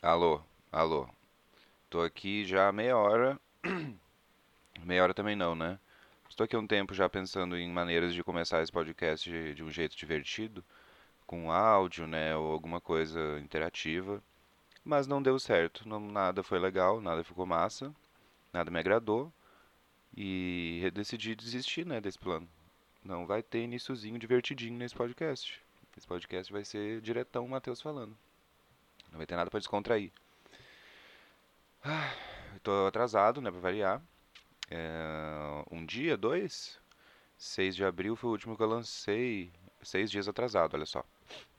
Alô, alô. Tô aqui já há meia hora. Meia hora também não, né? Estou aqui há um tempo já pensando em maneiras de começar esse podcast de um jeito divertido, com áudio, né, ou alguma coisa interativa, mas não deu certo. Nada foi legal, nada ficou massa, nada me agradou e decidi desistir, né, desse plano. Não vai ter iniciozinho divertidinho nesse podcast. Esse podcast vai ser diretão o Matheus falando. Não vai ter nada pra descontrair. Eu tô atrasado, né, pra variar. Um dia, dois? 6 de abril foi o último que eu lancei. 6 dias atrasado, olha só.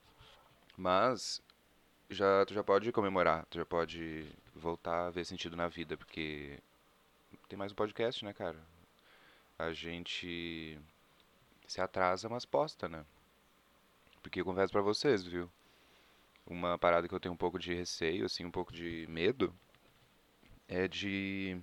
Mas tu já pode comemorar, tu já pode voltar a ver sentido na vida, porque tem mais um podcast, né, cara? A gente se atrasa, mas posta, né? Porque eu confesso pra vocês, viu? Uma parada que eu tenho um pouco de receio, assim, um pouco de medo, é de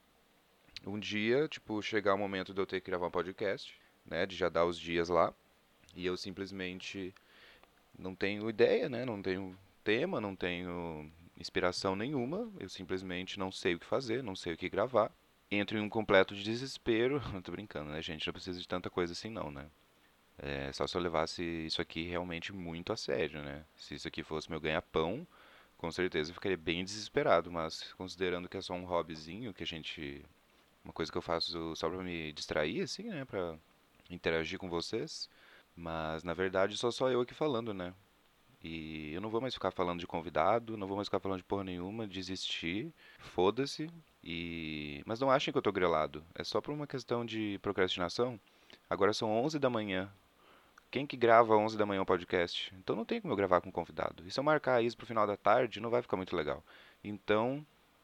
um dia, tipo, chegar o momento de eu ter que gravar um podcast, né? De já dar os dias lá, e eu simplesmente não tenho ideia, né? Não tenho tema, não tenho inspiração nenhuma. Eu simplesmente não sei o que fazer, não sei o que gravar. Entro em um completo desespero. Tô brincando, né, gente? Não precisa de tanta coisa assim, não, né? É só se eu levasse isso aqui realmente muito a sério, né? Se isso aqui fosse meu ganha-pão, com certeza eu ficaria bem desesperado. Mas considerando que é só um hobbyzinho, que a gente. Uma coisa que eu faço só pra me distrair, assim, né? Pra interagir com vocês. Mas na verdade só eu aqui falando, né? E eu não vou mais ficar falando de convidado, não vou mais ficar falando de porra nenhuma, desistir, foda-se. Mas não achem que eu tô grilado, é só por uma questão de procrastinação. Agora são 11 da manhã. Quem que grava 11 da manhã um podcast? Então não tem como eu gravar com convidado. E se eu marcar isso pro final da tarde, não vai ficar muito legal. Então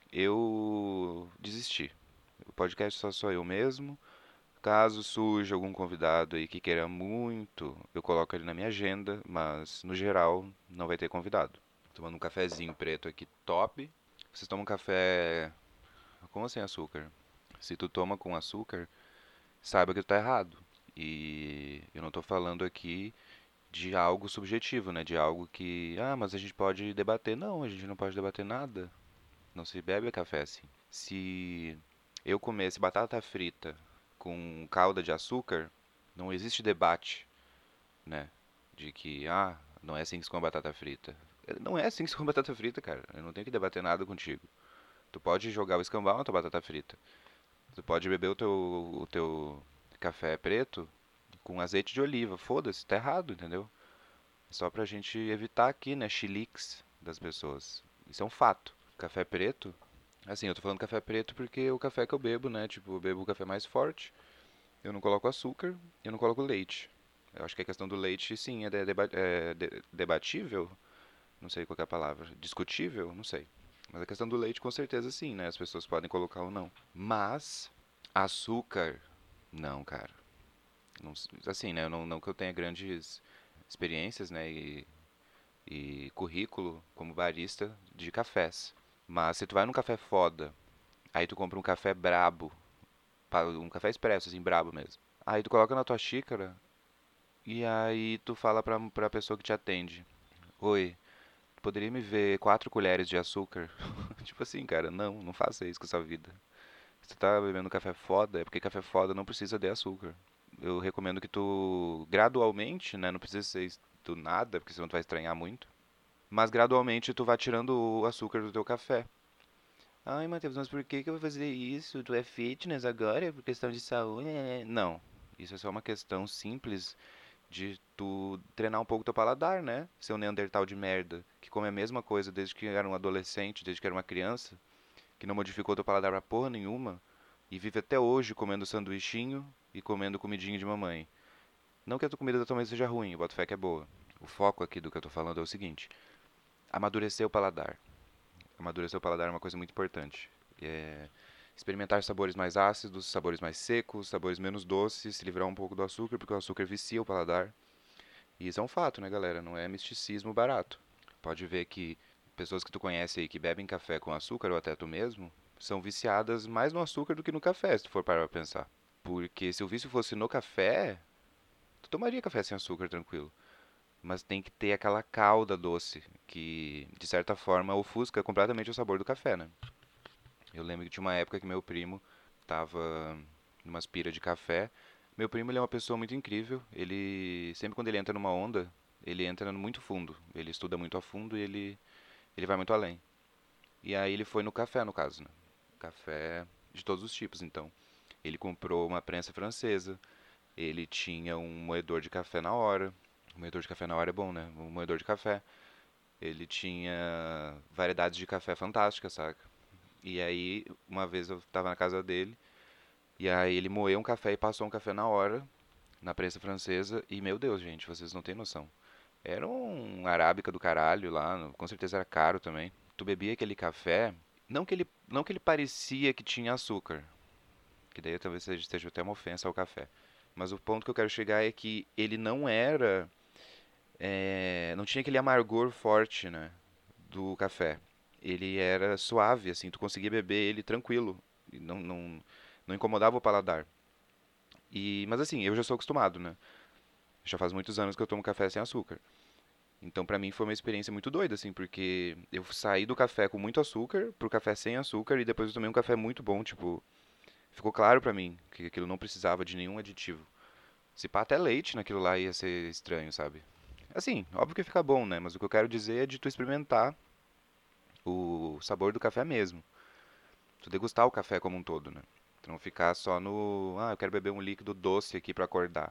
eu desisti. O podcast só sou eu mesmo. Caso surja algum convidado aí que queira muito, eu coloco ele na minha agenda, mas no geral não vai ter convidado. Tomando um cafezinho preto aqui top. Vocês tomam café com ou sem açúcar? Se tu toma com açúcar, saiba que tu tá errado. E eu não tô falando aqui de algo subjetivo, né? De algo que, mas a gente pode debater. Não, a gente não pode debater nada. Não se bebe café assim. Se eu comesse batata frita com calda de açúcar, não existe debate, né? De que, não é assim que se come batata frita. Não é assim que se come batata frita, cara. Eu não tenho que debater nada contigo. Tu pode jogar o escambau na tua batata frita. Tu pode beber o teu café preto com azeite de oliva. Foda-se, tá errado, entendeu? Só pra gente evitar aqui, né, chiliques das pessoas. Isso é um fato. Café preto. Assim, eu tô falando café preto porque o café que eu bebo, né? Tipo, eu bebo o café mais forte. Eu não coloco açúcar, eu não coloco leite. Eu acho que a questão do leite, sim, é debatível. Não sei qual é a palavra. Discutível? Não sei. Mas a questão do leite, com certeza, sim, né? As pessoas podem colocar ou não. Mas, açúcar, não, cara. Não, assim, né? Não que eu tenha grandes experiências, né? E currículo como barista de cafés. Mas se tu vai num café foda, aí tu compra um café brabo, um café expresso, assim, brabo mesmo. Aí tu coloca na tua xícara e aí tu fala pra pessoa que te atende: Oi, tu poderia me ver 4 colheres de açúcar? Tipo assim, cara, não faça isso com a sua vida. Se tu tá bebendo café foda, é porque café foda não precisa de açúcar. Eu recomendo que tu, gradualmente, né, não precisa ser do nada, porque senão tu vai estranhar muito, mas gradualmente tu vai tirando o açúcar do teu café. Ai, Matheus, mas por que que eu vou fazer isso? Tu é fitness agora? Por questão de saúde? Não. Isso é só uma questão simples de tu treinar um pouco teu paladar, né? Seu Neandertal de merda, que come a mesma coisa desde que era um adolescente, desde que era uma criança, que não modificou teu paladar pra porra nenhuma, e vive até hoje comendo sanduichinho e comendo comidinha de mamãe. Não que a tua comida da tua mãe seja ruim, o boto fé que é boa. O foco aqui do que eu tô falando é o seguinte: amadurecer o paladar. Amadurecer o paladar é uma coisa muito importante. É experimentar sabores mais ácidos, sabores mais secos, sabores menos doces, se livrar um pouco do açúcar, porque o açúcar vicia o paladar. E isso é um fato, né, galera? Não é misticismo barato. Pode ver que pessoas que tu conhece aí que bebem café com açúcar, ou até tu mesmo, são viciadas mais no açúcar do que no café, se tu for parar pra pensar. Porque se o vício fosse no café, tu tomaria café sem açúcar tranquilo. mas tem que ter aquela calda doce, que de certa forma ofusca completamente o sabor do café, né? Eu lembro que tinha uma época que meu primo tava numa aspira de café. Meu primo, ele é uma pessoa muito incrível. Ele, sempre quando ele entra numa onda, ele entra muito fundo. Ele estuda muito a fundo e ele vai muito além. E aí ele foi no café, no caso, né? Café de todos os tipos, então. Ele comprou uma prensa francesa, ele tinha um moedor de café na hora. O moedor de café na hora é bom, né? Um moedor de café. Ele tinha variedades de café fantásticas, saca? E aí, uma vez eu tava na casa dele, e aí ele moeu um café e passou um café na hora, na prensa francesa, e meu Deus, gente, vocês não têm noção. Era um arábica do caralho lá, com certeza era caro também. Tu bebia aquele café, não que ele parecia que tinha açúcar, que daí talvez seja até uma ofensa ao café. Mas o ponto que eu quero chegar é que ele não era, não tinha aquele amargor forte, né, do café. Ele era suave, assim, tu conseguia beber ele tranquilo, e não incomodava o paladar. Mas assim, eu já sou acostumado, né? Já faz muitos anos que eu tomo café sem açúcar. Então, pra mim foi uma experiência muito doida, assim, porque eu saí do café com muito açúcar pro café sem açúcar e depois eu tomei um café muito bom, tipo, ficou claro pra mim que aquilo não precisava de nenhum aditivo. Se pá até leite naquilo lá ia ser estranho, sabe? Assim, óbvio que fica bom, né? Mas o que eu quero dizer é de tu experimentar o sabor do café mesmo. Tu degustar o café como um todo, né? Tu não ficar só no, eu quero beber um líquido doce aqui pra acordar.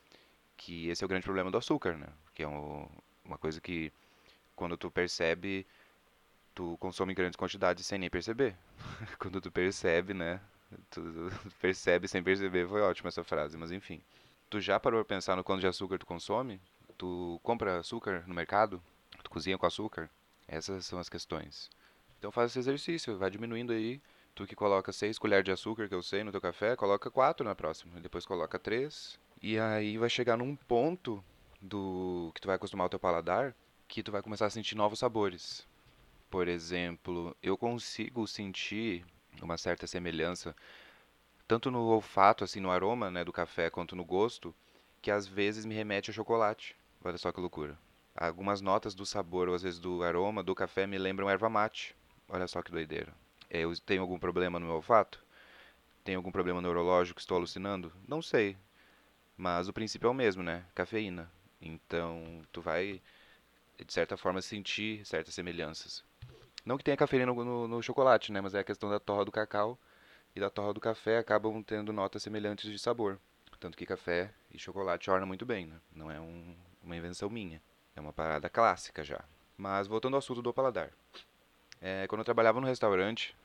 Que esse é o grande problema do açúcar, né? Que é uma coisa que quando tu percebe, tu consome em grandes quantidades sem nem perceber. Quando tu percebe, né? Tu percebe sem perceber, foi ótima essa frase, mas enfim. Tu já parou pra pensar no quanto de açúcar tu consome? Tu compra açúcar no mercado? Tu cozinha com açúcar? Essas são as questões. Então faz esse exercício, vai diminuindo aí. Tu que coloca 6 colheres de açúcar, que eu sei, no teu café, coloca 4 na próxima. E depois coloca 3. E aí vai chegar num ponto do que tu vai acostumar o teu paladar, que tu vai começar a sentir novos sabores. Por exemplo, eu consigo sentir uma certa semelhança, tanto no olfato, assim, no aroma, né, do café, quanto no gosto, que às vezes me remete a chocolate. Olha só que loucura. Algumas notas do sabor, ou às vezes do aroma do café, me lembram erva mate. Olha só que doideira. Eu tenho algum problema no meu olfato? Tenho algum problema neurológico? Estou alucinando? Não sei. Mas o princípio é o mesmo, né? Cafeína. Então, tu vai, de certa forma, sentir certas semelhanças. Não que tenha cafeína no chocolate, né? Mas é a questão da torra do cacau e da torra do café acabam tendo notas semelhantes de sabor. Tanto que café e chocolate ornam muito bem, né? Não é uma invenção minha. É uma parada clássica já. Mas voltando ao assunto do paladar. Quando eu trabalhava no restaurante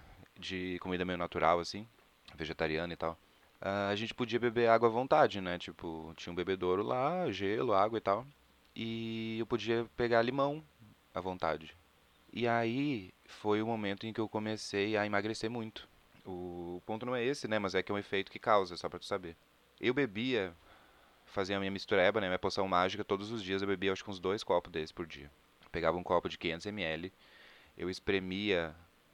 de comida meio natural, assim, vegetariana e tal, a gente podia beber água à vontade, né? Tipo, tinha um bebedouro lá, gelo, água e tal. E eu podia pegar limão à vontade. E aí foi o momento em que eu comecei a emagrecer muito. O ponto não é esse, né? Mas é que é um efeito que causa, só pra tu saber. Eu bebia, fazia a minha mistureba, né? Minha poção mágica, todos os dias eu bebia acho que uns 2 copos desse por dia. Pegava um copo de 500 ml, eu espremia,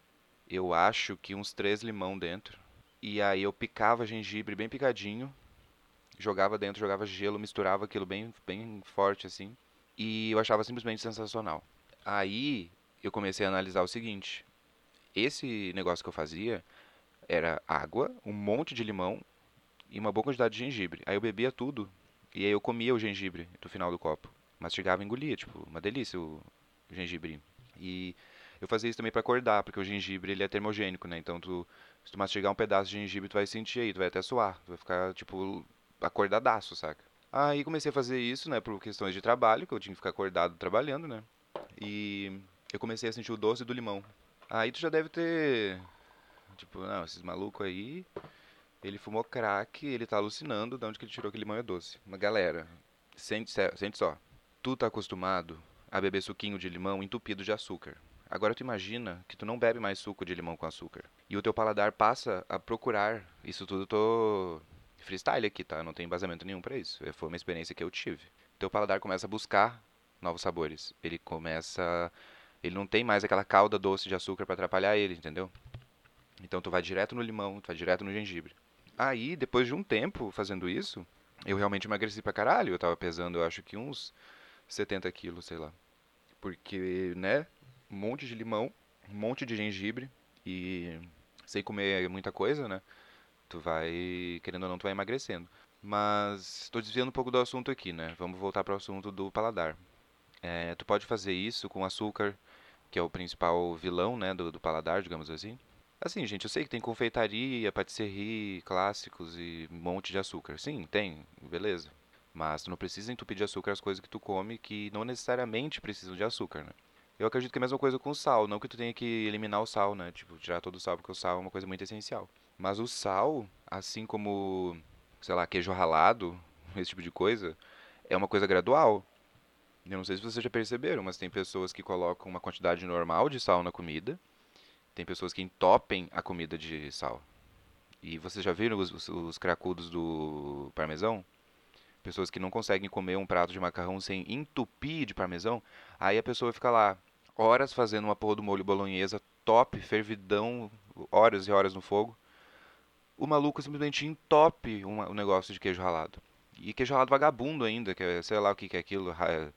eu acho que uns 3 limão dentro. E aí eu picava gengibre bem picadinho, jogava dentro, jogava gelo, misturava aquilo bem, bem forte assim. E eu achava simplesmente sensacional. Aí eu comecei a analisar o seguinte: esse negócio que eu fazia era água, um monte de limão e uma boa quantidade de gengibre. Aí eu bebia tudo e aí eu comia o gengibre no final do copo. Mastigava e engolia, tipo, uma delícia o gengibre. E eu fazia isso também pra acordar, porque o gengibre ele é termogênico, né? Então se tu mastigar um pedaço de gengibre, tu vai sentir aí, tu vai até suar, tu vai ficar tipo acordadaço, saca? Aí comecei a fazer isso, né, por questões de trabalho, que eu tinha que ficar acordado trabalhando, né? E eu comecei a sentir o doce do limão. Aí tu já deve ter, tipo, não, esses malucos aí, ele fumou crack, ele tá alucinando de onde que ele tirou aquele limão é doce. Mas galera, sente só. Tu tá acostumado a beber suquinho de limão entupido de açúcar. Agora tu imagina que tu não bebe mais suco de limão com açúcar. E o teu paladar passa a procurar. Isso tudo eu tô freestyle aqui, tá? Não tem embasamento nenhum pra isso. Foi uma experiência que eu tive. Teu paladar começa a buscar novos sabores. Ele não tem mais aquela calda doce de açúcar pra atrapalhar ele, entendeu? Então tu vai direto no limão, tu vai direto no gengibre. Aí, depois de um tempo fazendo isso, eu realmente emagreci pra caralho. Eu tava pesando, eu acho que uns 70 quilos, sei lá. Porque, né, um monte de limão, um monte de gengibre e sem comer muita coisa, né? Tu vai, querendo ou não, tu vai emagrecendo. Mas estou desviando um pouco do assunto aqui, né? Vamos voltar para o assunto do paladar. Tu pode fazer isso com açúcar, que é o principal vilão, né, do paladar, digamos assim. Assim, gente, eu sei que tem confeitaria, patisserie, clássicos e um monte de açúcar. Sim, tem, beleza. Mas tu não precisa entupir de açúcar as coisas que tu come que não necessariamente precisam de açúcar, né? Eu acredito que é a mesma coisa com o sal, não que tu tenha que eliminar o sal, né? Tipo, tirar todo o sal, porque o sal é uma coisa muito essencial. Mas o sal, assim como, sei lá, queijo ralado, esse tipo de coisa, é uma coisa gradual. Eu não sei se vocês já perceberam, mas tem pessoas que colocam uma quantidade normal de sal na comida, tem pessoas que entopem a comida de sal. E vocês já viram os cracudos do parmesão? Pessoas que não conseguem comer um prato de macarrão sem entupir de parmesão. Aí a pessoa fica lá horas fazendo uma porra do molho bolonhesa top, fervidão, horas e horas no fogo. O maluco simplesmente entope um negócio de queijo ralado. E queijo ralado vagabundo ainda, que é, sei lá o que que é aquilo,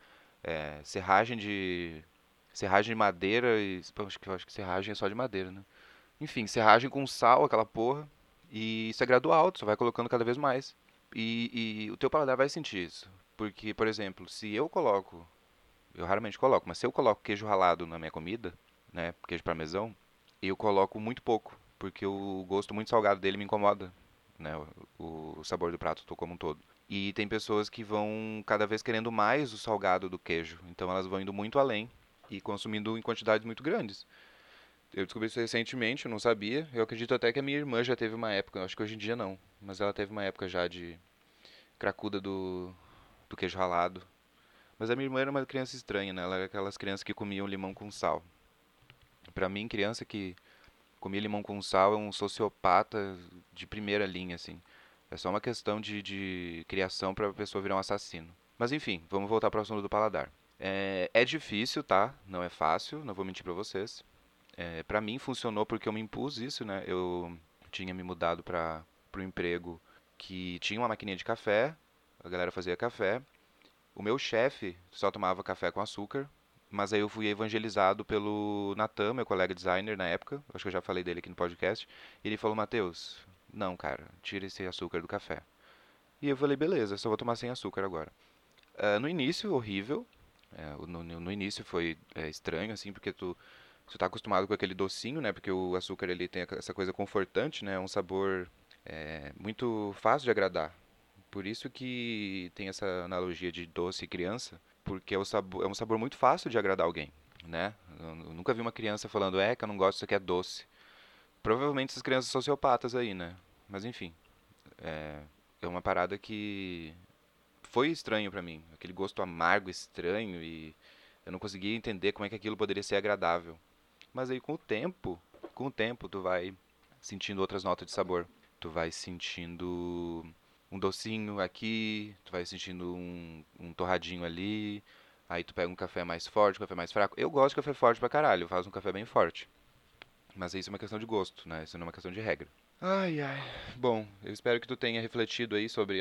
serragem de madeira e pô, acho que serragem é só de madeira, né? Enfim, serragem com sal, aquela porra. E isso é gradual, tu só vai colocando cada vez mais. E o teu paladar vai sentir isso. Porque, por exemplo, se eu coloco, eu raramente coloco, mas se eu coloco queijo ralado na minha comida, né, queijo parmesão, eu coloco muito pouco, porque o gosto muito salgado dele me incomoda, né, o sabor do prato como um todo. E tem pessoas que vão cada vez querendo mais o salgado do queijo, então elas vão indo muito além e consumindo em quantidades muito grandes. Eu descobri isso recentemente, eu não sabia. Eu acredito até que a minha irmã já teve uma época, acho que hoje em dia não, mas ela teve uma época já de cracuda do queijo ralado. Mas a minha irmã era uma criança estranha, né? Ela era aquelas crianças que comiam limão com sal. Pra mim, criança que comia limão com sal é um sociopata de primeira linha, assim. É só uma questão de criação pra pessoa virar um assassino. Mas enfim, vamos voltar pro assunto do paladar. É difícil, tá? Não é fácil, não vou mentir pra vocês. Pra mim funcionou porque eu me impus isso, né? Eu tinha me mudado para o emprego que tinha uma maquininha de café, a galera fazia café. O meu chefe só tomava café com açúcar, mas aí eu fui evangelizado pelo Natan, meu colega designer na época, acho que eu já falei dele aqui no podcast, e ele falou: Matheus, não, cara, tira esse açúcar do café. E eu falei: beleza, só vou tomar sem açúcar agora. No início, horrível. No início foi estranho, assim, porque tu tá acostumado com aquele docinho, né? Porque o açúcar ele tem essa coisa confortante, né? Um sabor muito fácil de agradar. Por isso que tem essa analogia de doce e criança, porque é um sabor muito fácil de agradar alguém, né? Eu nunca vi uma criança falando, que eu não gosto, isso aqui é doce. Provavelmente essas crianças sociopatas aí, né? Mas enfim, é, é uma parada que foi estranho pra mim. Aquele gosto amargo, estranho, e eu não conseguia entender como é que aquilo poderia ser agradável. Mas aí com o tempo tu vai sentindo outras notas de sabor. Tu vai sentindo um docinho aqui, tu vai sentindo um torradinho ali. Aí tu pega um café mais forte, um café mais fraco. Eu gosto de café forte pra caralho, eu faço um café bem forte. Mas isso é uma questão de gosto, né? Isso não é uma questão de regra. Ai, ai. Bom, eu espero que tu tenha refletido aí sobre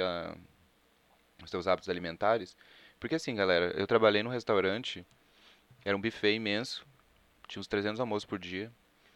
os teus hábitos alimentares. Porque assim, galera, eu trabalhei num restaurante, era um buffet imenso, tinha uns 300 almoços por dia.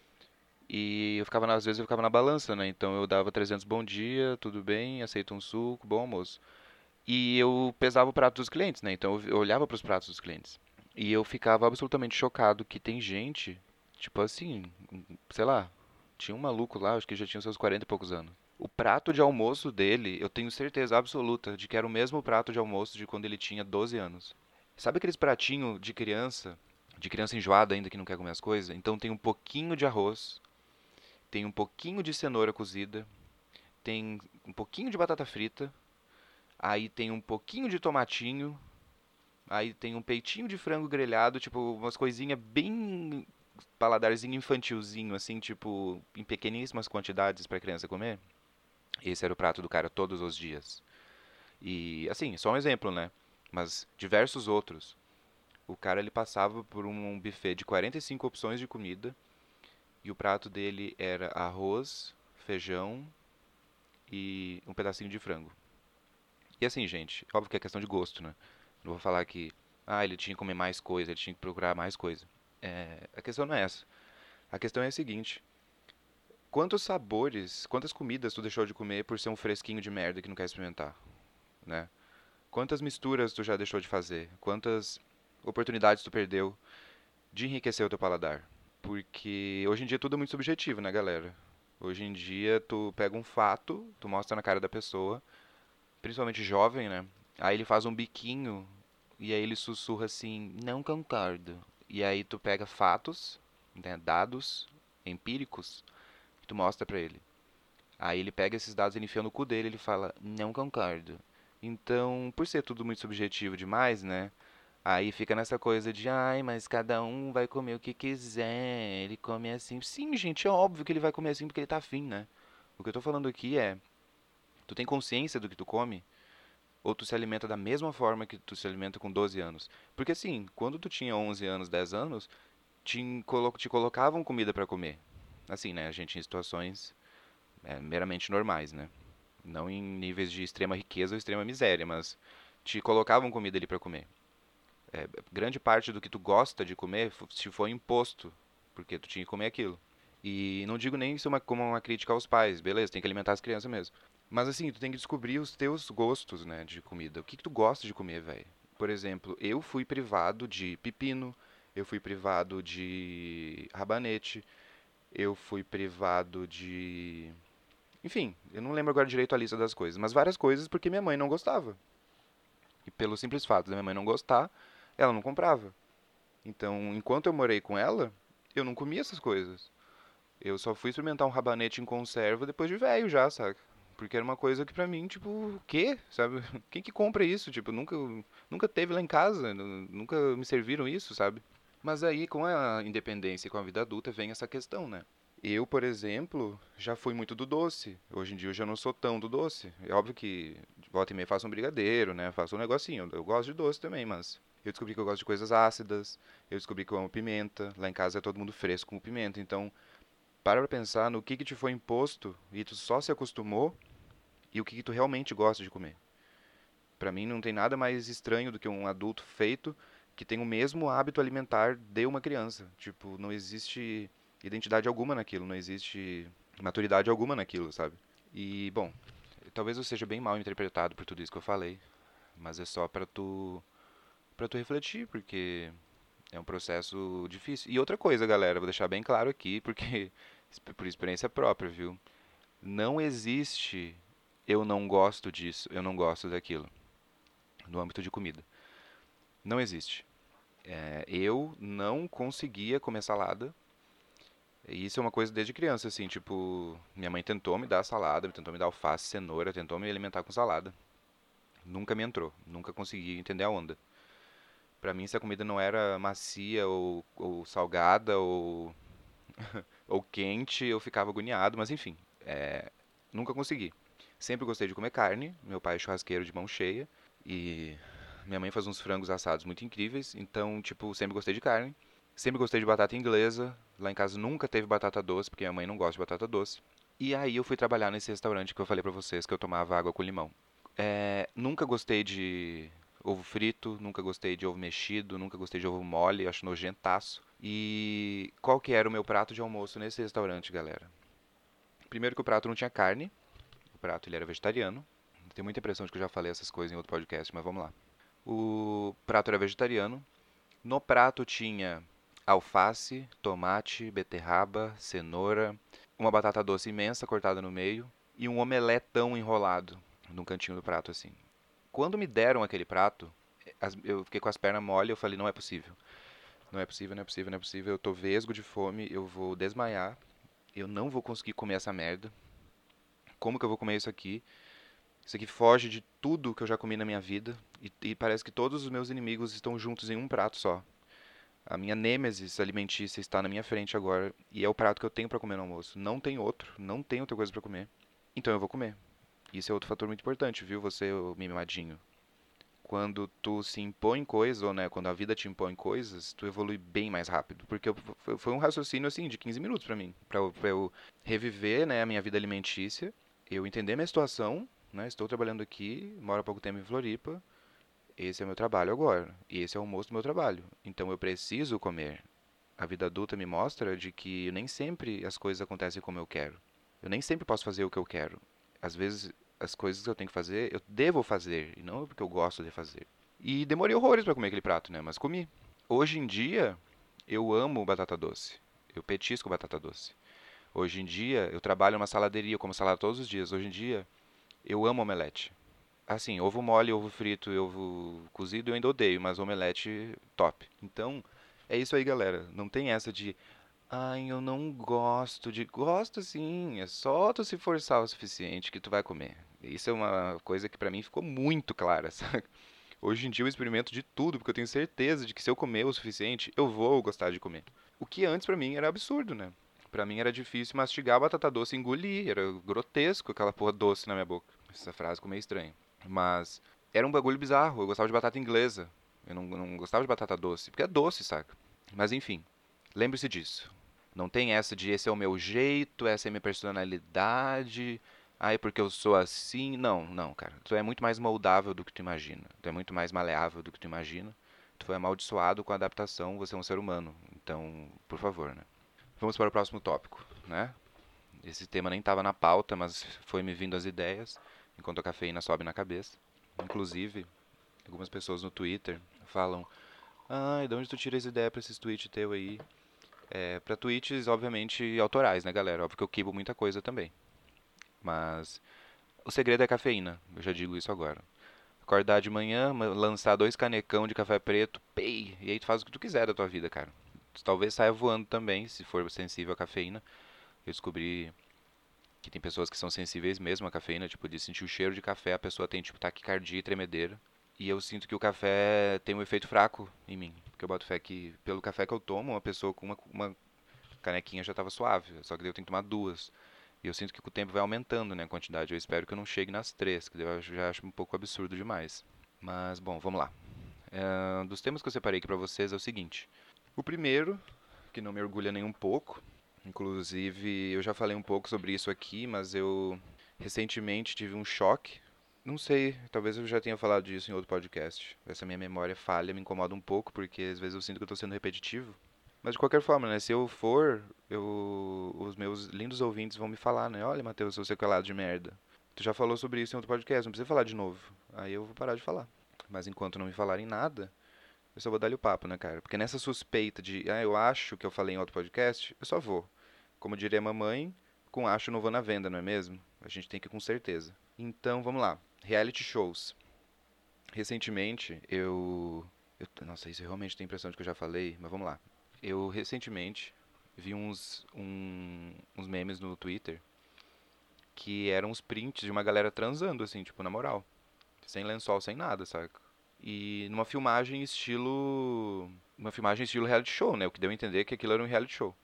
E às vezes eu ficava na balança, né? Então eu dava 300 bom dia, tudo bem, aceito um suco, bom almoço. E eu pesava o prato dos clientes, né? Então eu olhava para os pratos dos clientes. E eu ficava absolutamente chocado que tem gente, tipo assim, sei lá, tinha um maluco lá, acho que já tinha seus 40 e poucos anos. O prato de almoço dele, eu tenho certeza absoluta de que era o mesmo prato de almoço de quando ele tinha 12 anos. Sabe aqueles pratinhos de criança enjoada ainda que não quer comer as coisas? Então tem um pouquinho de arroz, tem um pouquinho de cenoura cozida, tem um pouquinho de batata frita, aí tem um pouquinho de tomatinho, aí tem um peitinho de frango grelhado, tipo umas coisinhas bem paladarzinho infantilzinho, assim, tipo em pequeníssimas quantidades para criança comer. Esse era o prato do cara todos os dias. E assim, só um exemplo, né? Mas diversos outros. O cara ele passava por um buffet de 45 opções de comida e o prato dele era arroz, feijão, e um pedacinho de frango. E assim, gente, óbvio que é questão de gosto, né? Não vou falar que Ah, ele tinha que comer mais coisa, ele tinha que procurar mais coisa. A questão não é essa. A questão é a seguinte: quantos sabores, quantas comidas tu deixou de comer por ser um fresquinho de merda que não quer experimentar, né? Quantas misturas tu já deixou de fazer? Quantas oportunidades tu perdeu de enriquecer o teu paladar? Porque hoje em dia tudo é muito subjetivo, né, galera? Hoje em dia tu pega um fato, tu mostra na cara da pessoa, principalmente jovem, né? Aí ele faz um biquinho e aí ele sussurra assim, não concordo. E aí tu pega fatos, né, dados empíricos, e tu mostra pra ele. Aí ele pega esses dados, ele enfia no cu dele, e ele fala, não concordo. Então, por ser tudo muito subjetivo demais, né? Aí fica nessa coisa de, ai, mas cada um vai comer o que quiser, ele come assim. Sim, gente, é óbvio que ele vai comer assim porque ele tá afim, né? O que eu tô falando aqui é, tu tem consciência do que tu come? Ou tu se alimenta da mesma forma que tu se alimenta com 12 anos? Porque assim, quando tu tinha 11 anos, 10 anos, te colocavam comida pra comer. Assim, né? A gente em situações meramente normais, né? Não em níveis de extrema riqueza ou extrema miséria, mas te colocavam comida ali pra comer. Grande parte do que tu gosta de comer te foi imposto, porque tu tinha que comer aquilo. E não digo nem isso como uma crítica aos pais, beleza, tem que alimentar as crianças mesmo. Mas assim, tu tem que descobrir os teus gostos, né, de comida. O que que tu gosta de comer, velho? Por exemplo, eu fui privado de pepino, eu fui privado de rabanete, eu fui privado de... Enfim, eu não lembro agora direito a lista das coisas, mas várias coisas porque minha mãe não gostava. E pelo simples fato da minha mãe não gostar, ela não comprava. Então, enquanto eu morei com ela, eu não comia essas coisas. Eu só fui experimentar um rabanete em conserva depois de velho já, saca? Porque era uma coisa que pra mim, tipo, o quê? Sabe? Quem que compra isso? Tipo, nunca teve lá em casa, nunca me serviram isso, sabe? Mas aí, com a independência e com a vida adulta, vem essa questão, né? Eu, por exemplo, já fui muito do doce. Hoje em dia eu já não sou tão do doce. É óbvio que de volta e meia faço um brigadeiro, né? Faço um negocinho. Eu gosto de doce também, mas eu descobri que eu gosto de coisas ácidas. Eu descobri que eu amo pimenta. Lá em casa é todo mundo fresco com pimenta. Então, para pra pensar no que te foi imposto e tu só se acostumou e o que tu realmente gosta de comer. Pra mim não tem nada mais estranho do que um adulto feito que tem o mesmo hábito alimentar de uma criança. Tipo, não existe identidade alguma naquilo, não existe maturidade alguma naquilo, sabe? E, bom, talvez eu seja bem mal interpretado por tudo isso que eu falei, mas é só pra tu refletir, porque é um processo difícil. E outra coisa, galera, vou deixar bem claro aqui, porque por experiência própria, viu? Não existe eu não gosto disso, eu não gosto daquilo, no âmbito de comida. Não existe. Eu não conseguia comer salada. E isso é uma coisa desde criança, assim, tipo, minha mãe tentou me dar salada, tentou me dar alface, cenoura, tentou me alimentar com salada. Nunca me entrou, nunca consegui entender a onda. Pra mim, se a comida não era macia ou salgada ou quente, eu ficava agoniado, mas enfim, nunca consegui. Sempre gostei de comer carne, meu pai é churrasqueiro de mão cheia e minha mãe faz uns frangos assados muito incríveis, então, tipo, sempre gostei de carne. Sempre gostei de batata inglesa. Lá em casa nunca teve batata doce, porque minha mãe não gosta de batata doce. E aí eu fui trabalhar nesse restaurante que eu falei pra vocês que eu tomava água com limão. Nunca gostei de ovo frito, nunca gostei de ovo mexido, nunca gostei de ovo mole, acho nojentaço. E qual que era o meu prato de almoço nesse restaurante, galera? Primeiro que o prato não tinha carne, o prato ele era vegetariano. Tenho muita impressão de que eu já falei essas coisas em outro podcast, mas vamos lá. O prato era vegetariano. No prato tinha alface, tomate, beterraba, cenoura, uma batata doce imensa cortada no meio e um omeletão enrolado num cantinho do prato assim. Quando me deram aquele prato, eu fiquei com as pernas mole, eu falei, não é possível. Não é possível, não é possível, não é possível. Eu tô vesgo de fome, eu vou desmaiar. Eu não vou conseguir comer essa merda. Como que eu vou comer isso aqui? Isso aqui foge de tudo que eu já comi na minha vida. E parece que todos os meus inimigos estão juntos em um prato só. A minha nêmesis alimentícia está na minha frente agora e é o prato que eu tenho para comer no almoço. Não tem outro, não tem outra coisa para comer. Então eu vou comer. Isso é outro fator muito importante, viu, você, ô mimadinho? Quando tu se impõe coisas, ou né, quando a vida te impõe coisas, tu evolui bem mais rápido. Porque foi um raciocínio assim de 15 minutos para mim, para eu reviver, né, a minha vida alimentícia, eu entender minha situação, né, estou trabalhando aqui, moro há pouco tempo em Floripa, esse é o meu trabalho agora, e esse é o almoço do meu trabalho. Então eu preciso comer. A vida adulta me mostra de que nem sempre as coisas acontecem como eu quero. Eu nem sempre posso fazer o que eu quero. Às vezes as coisas que eu tenho que fazer, eu devo fazer, e não porque eu gosto de fazer. E demorei horrores para comer aquele prato, né? Mas comi. Hoje em dia, eu amo batata doce. Eu petisco batata doce. Hoje em dia, eu trabalho numa saladeria, eu como salada todos os dias. Hoje em dia, eu amo omelete. Assim, ovo mole, ovo frito e ovo cozido eu ainda odeio, mas omelete, top. Então, é isso aí, galera. Não tem essa de, ai, eu não gosto de. Gosto sim, é só tu se forçar o suficiente que tu vai comer. Isso é uma coisa que pra mim ficou muito clara, sabe? Hoje em dia eu experimento de tudo, porque eu tenho certeza de que se eu comer o suficiente, eu vou gostar de comer. O que antes pra mim era absurdo, né? Pra mim era difícil mastigar a batata doce e engolir, era grotesco aquela porra doce na minha boca. Essa frase ficou meio estranha. Mas era um bagulho bizarro, eu gostava de batata inglesa. Eu não gostava de batata doce, porque é doce, saca? Mas enfim, lembre-se disso. Não tem essa de esse é o meu jeito, essa é a minha personalidade, ai porque eu sou assim. Não, não, cara. Tu é muito mais moldável do que tu imagina. Tu é muito mais maleável do que tu imagina. Tu foi amaldiçoado com a adaptação, você é um ser humano. Então, por favor, né? Vamos para o próximo tópico, né? Esse tema nem estava na pauta, mas foi me vindo as ideias enquanto a cafeína sobe na cabeça. Inclusive, algumas pessoas no Twitter falam: ai, de onde tu tira essa ideia pra esses tweets teu aí? É, pra tweets, obviamente, autorais, né, galera? Óbvio que eu quibo muita coisa também. Mas o segredo é a cafeína, eu já digo isso agora. Acordar de manhã, lançar 2 canecão de café preto, pei, e aí tu faz o que tu quiser da tua vida, cara. Tu talvez saia voando também, se for sensível à cafeína. Eu descobri que tem pessoas que são sensíveis mesmo à cafeína, tipo, de sentir o cheiro de café, a pessoa tem, tipo, taquicardia e tremedeira. E eu sinto que o café tem um efeito fraco em mim. Porque eu boto fé que, pelo café que eu tomo, uma pessoa com uma canequinha já tava suave. Só que daí eu tenho que tomar 2. E eu sinto que com o tempo vai aumentando, né, a quantidade. Eu espero que eu não chegue nas 3, que daí eu já acho um pouco absurdo demais. Mas, bom, vamos lá. Dos temas que eu separei aqui pra vocês é o seguinte. O primeiro, que não me orgulha nem um pouco, inclusive eu já falei um pouco sobre isso aqui, mas eu recentemente tive um choque. Não sei, talvez eu já tenha falado disso em outro podcast. Essa minha memória falha me incomoda um pouco, porque às vezes eu sinto que eu estou sendo repetitivo. Mas de qualquer forma, né? Se eu for, os meus lindos ouvintes vão me falar, né? Olha, Matheus, seu sequelado de merda. Tu já falou sobre isso em outro podcast, não precisa falar de novo. Aí eu vou parar de falar. Mas enquanto não me falarem nada, eu só vou dar-lhe o papo, né, cara? Porque nessa suspeita de, eu acho que eu falei em outro podcast, eu só vou. Como diria a mamãe, com acho não vou na venda, não é mesmo? A gente tem que ir com certeza. Então, vamos lá. Reality shows. Recentemente, nossa, isso eu realmente tenho a impressão de que eu já falei, mas vamos lá. Eu recentemente vi uns memes no Twitter que eram uns prints de uma galera transando, assim, tipo, na moral. Sem lençol, sem nada, saca? E numa filmagem estilo. Uma filmagem estilo reality show, né? O que deu a entender que aquilo era um reality show.